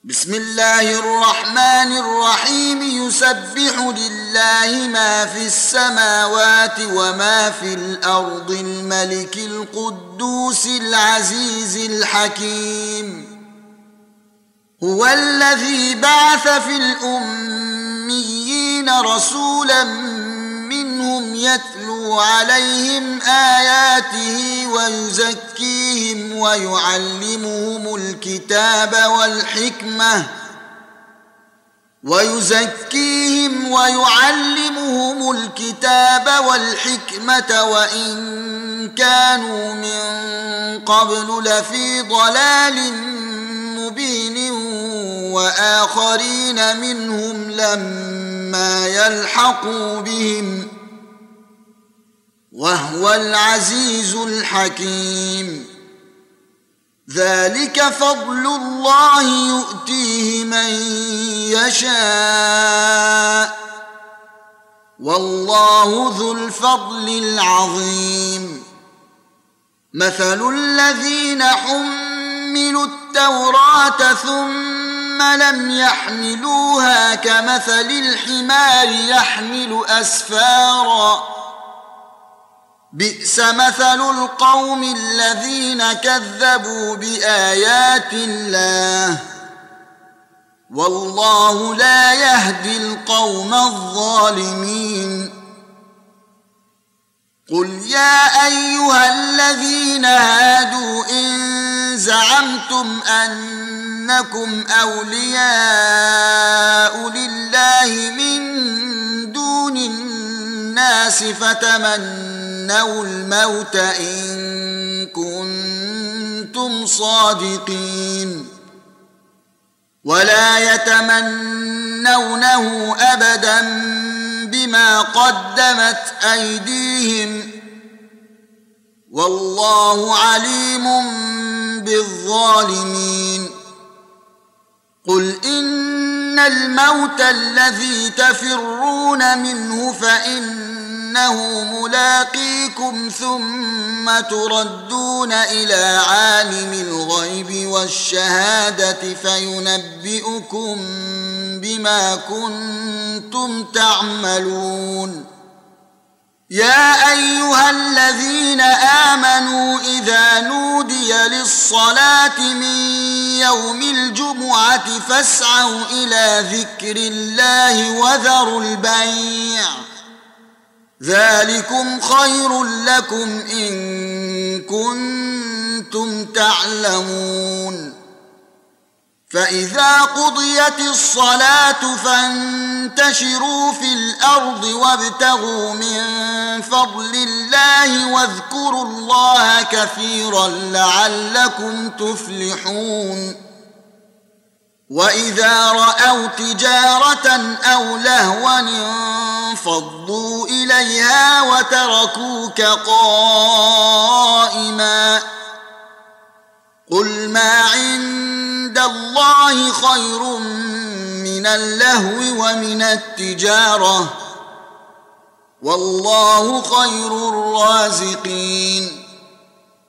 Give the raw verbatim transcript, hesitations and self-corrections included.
بسم الله الرحمن الرحيم يسبح لله ما في السماوات وما في الأرض الملك القدوس العزيز الحكيم هو الذي بعث في الأميين رسولا منهم يتلو عليهم آياته ويزكيهم ويعلمهم الكتاب والحكمة ويزكيهم ويعلمهم الكتاب والحكمة وإن كانوا من قبل لفي ضلال مبين وآخرين منهم لما يلحقوا بهم وهو العزيز الحكيم ذلك فضل الله يؤتيه من يشاء والله ذو الفضل العظيم مثل الذين حملوا التوراة ثم لم يحملوها كمثل الحمار يحمل أسفارا بئس مثل القوم الذين كذبوا بآيات الله والله لا يهدي القوم الظالمين قل يا أيها الذين هادوا إن زعمتم أنكم أولياء لله من دون الناس فتمنوا الموت إن كنتم صادقين ولا يتمنونه أبدا بما قدمت أيديهم والله عليم بالظالمين قل إن الموت الذي تفرون منه فإنه ملاقيكم ثم تردون إلى عالم الغيب والشهادة فينبئكم بما كنتم تعملون يا أيها الذين آمنوا إذا نودي للصلاة من يوم الجمعة فاسعوا إلى ذكر الله وذروا البيع ذلكم خير لكم إن كنتم تعلمون فإذا قضيت الصلاة فانتشروا في الأرض وابتغوا من فضل الله واذكروا الله كثيرا لعلكم تفلحون وإذا رأوا تجارة أو لهوا انفضوا إليها وتركوك قائما قل ما عند الله خير من اللهو ومن التجارة والله خير الرازقين